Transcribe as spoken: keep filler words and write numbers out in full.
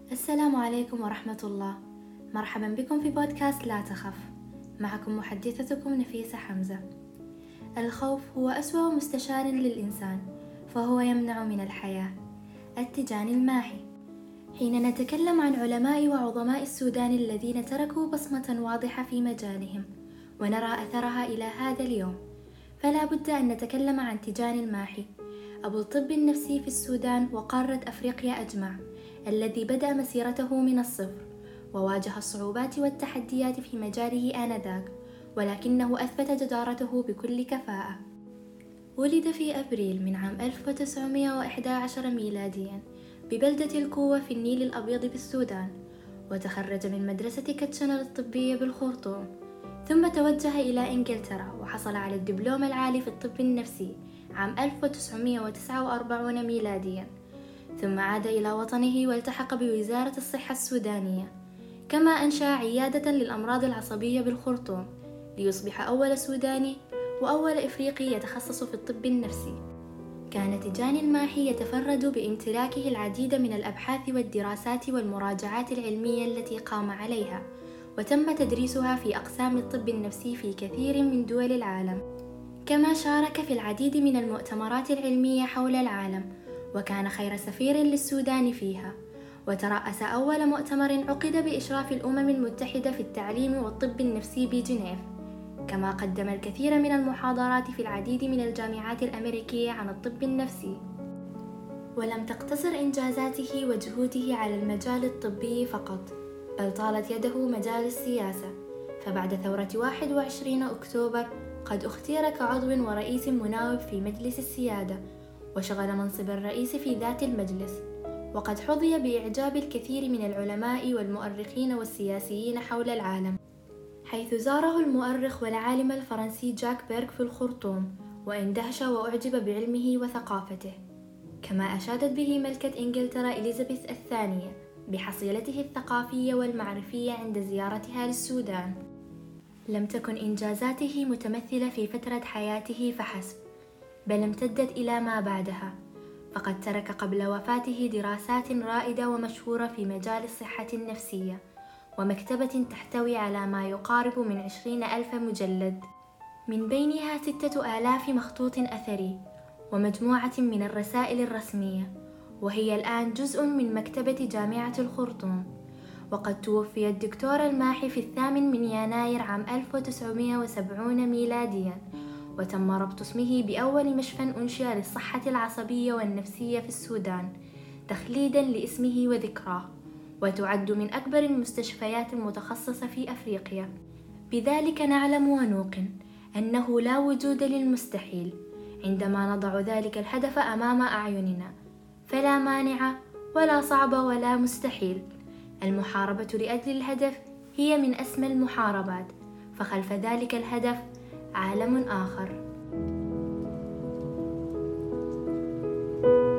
السلام عليكم ورحمة الله. مرحبا بكم في بودكاست لا تخف. معكم محدثتكم نفيسة حمزة. الخوف هو أسوأ مستشار للإنسان، فهو يمنع من الحياة. التيجان الماحي. حين نتكلم عن علماء وعظماء السودان الذين تركوا بصمة واضحة في مجالهم ونرى أثرها إلى هذا اليوم، فلا بد أن نتكلم عن تيجان الماحي، أبو الطب النفسي في السودان وقارة أفريقيا أجمع، الذي بدأ مسيرته من الصفر وواجه الصعوبات والتحديات في مجاله آنذاك، ولكنه أثبت جدارته بكل كفاءة. ولد في أبريل من عام ألف وتسعمائة وإحدى عشر ميلاديا ببلدة الكوة في النيل الأبيض بالسودان، وتخرج من مدرسة كاتشنر الطبية بالخرطوم، ثم توجه إلى إنجلترا وحصل على الدبلوم العالي في الطب النفسي عام ألف وتسعمائة وتسعة وأربعين ميلاديا، ثم عاد إلى وطنه والتحق بوزارة الصحة السودانية، كما أنشأ عيادة للأمراض العصبية بالخرطوم ليصبح أول سوداني وأول إفريقي يتخصص في الطب النفسي. كان تيجان الماحي يتفرد بامتلاكه العديد من الأبحاث والدراسات والمراجعات العلمية التي قام عليها، وتم تدريسها في أقسام الطب النفسي في كثير من دول العالم، كما شارك في العديد من المؤتمرات العلمية حول العالم، وكان خير سفير للسودان فيها، وترأس أول مؤتمر عقد بإشراف الأمم المتحدة في التعليم والطب النفسي بجنيف، كما قدم الكثير من المحاضرات في العديد من الجامعات الأمريكية عن الطب النفسي. ولم تقتصر إنجازاته وجهوده على المجال الطبي فقط، بل طالت يده مجال السياسة، فبعد ثورة واحد وعشرين أكتوبر قد اختير كعضو ورئيس مناوب في مجلس السيادة، وشغل منصب الرئيس في ذات المجلس، وقد حظي بإعجاب الكثير من العلماء والمؤرخين والسياسيين حول العالم، حيث زاره المؤرخ والعالم الفرنسي جاك بيرغ في الخرطوم واندهش وأعجب بعلمه وثقافته، كما أشادت به ملكة إنجلترا إليزابيث الثانية بحصيلته الثقافية والمعرفية عند زيارتها للسودان. لم تكن إنجازاته متمثلة في فترة حياته فحسب، بل امتدت إلى ما بعدها، فقد ترك قبل وفاته دراسات رائدة ومشهورة في مجال الصحة النفسية، ومكتبة تحتوي على ما يقارب من عشرين ألف مجلد، من بينها ستة آلاف مخطوط أثري، ومجموعة من الرسائل الرسمية، وهي الآن جزء من مكتبة جامعة الخرطوم. وقد توفي الدكتور الماحي في الثامن من يناير عام ألف وتسعمائة وسبعين ميلاديا، وتم ربط اسمه بأول مشفى أنشئ للصحة العصبية والنفسية في السودان تخليدا لاسمه وذكراه، وتعد من أكبر المستشفيات المتخصصة في أفريقيا. بذلك نعلم ونوقن أنه لا وجود للمستحيل عندما نضع ذلك الهدف أمام أعيننا، فلا مانع ولا صعب ولا مستحيل. المحاربة لأجل الهدف هي من أسمى المحاربات، فخلف ذلك الهدف عالم آخر.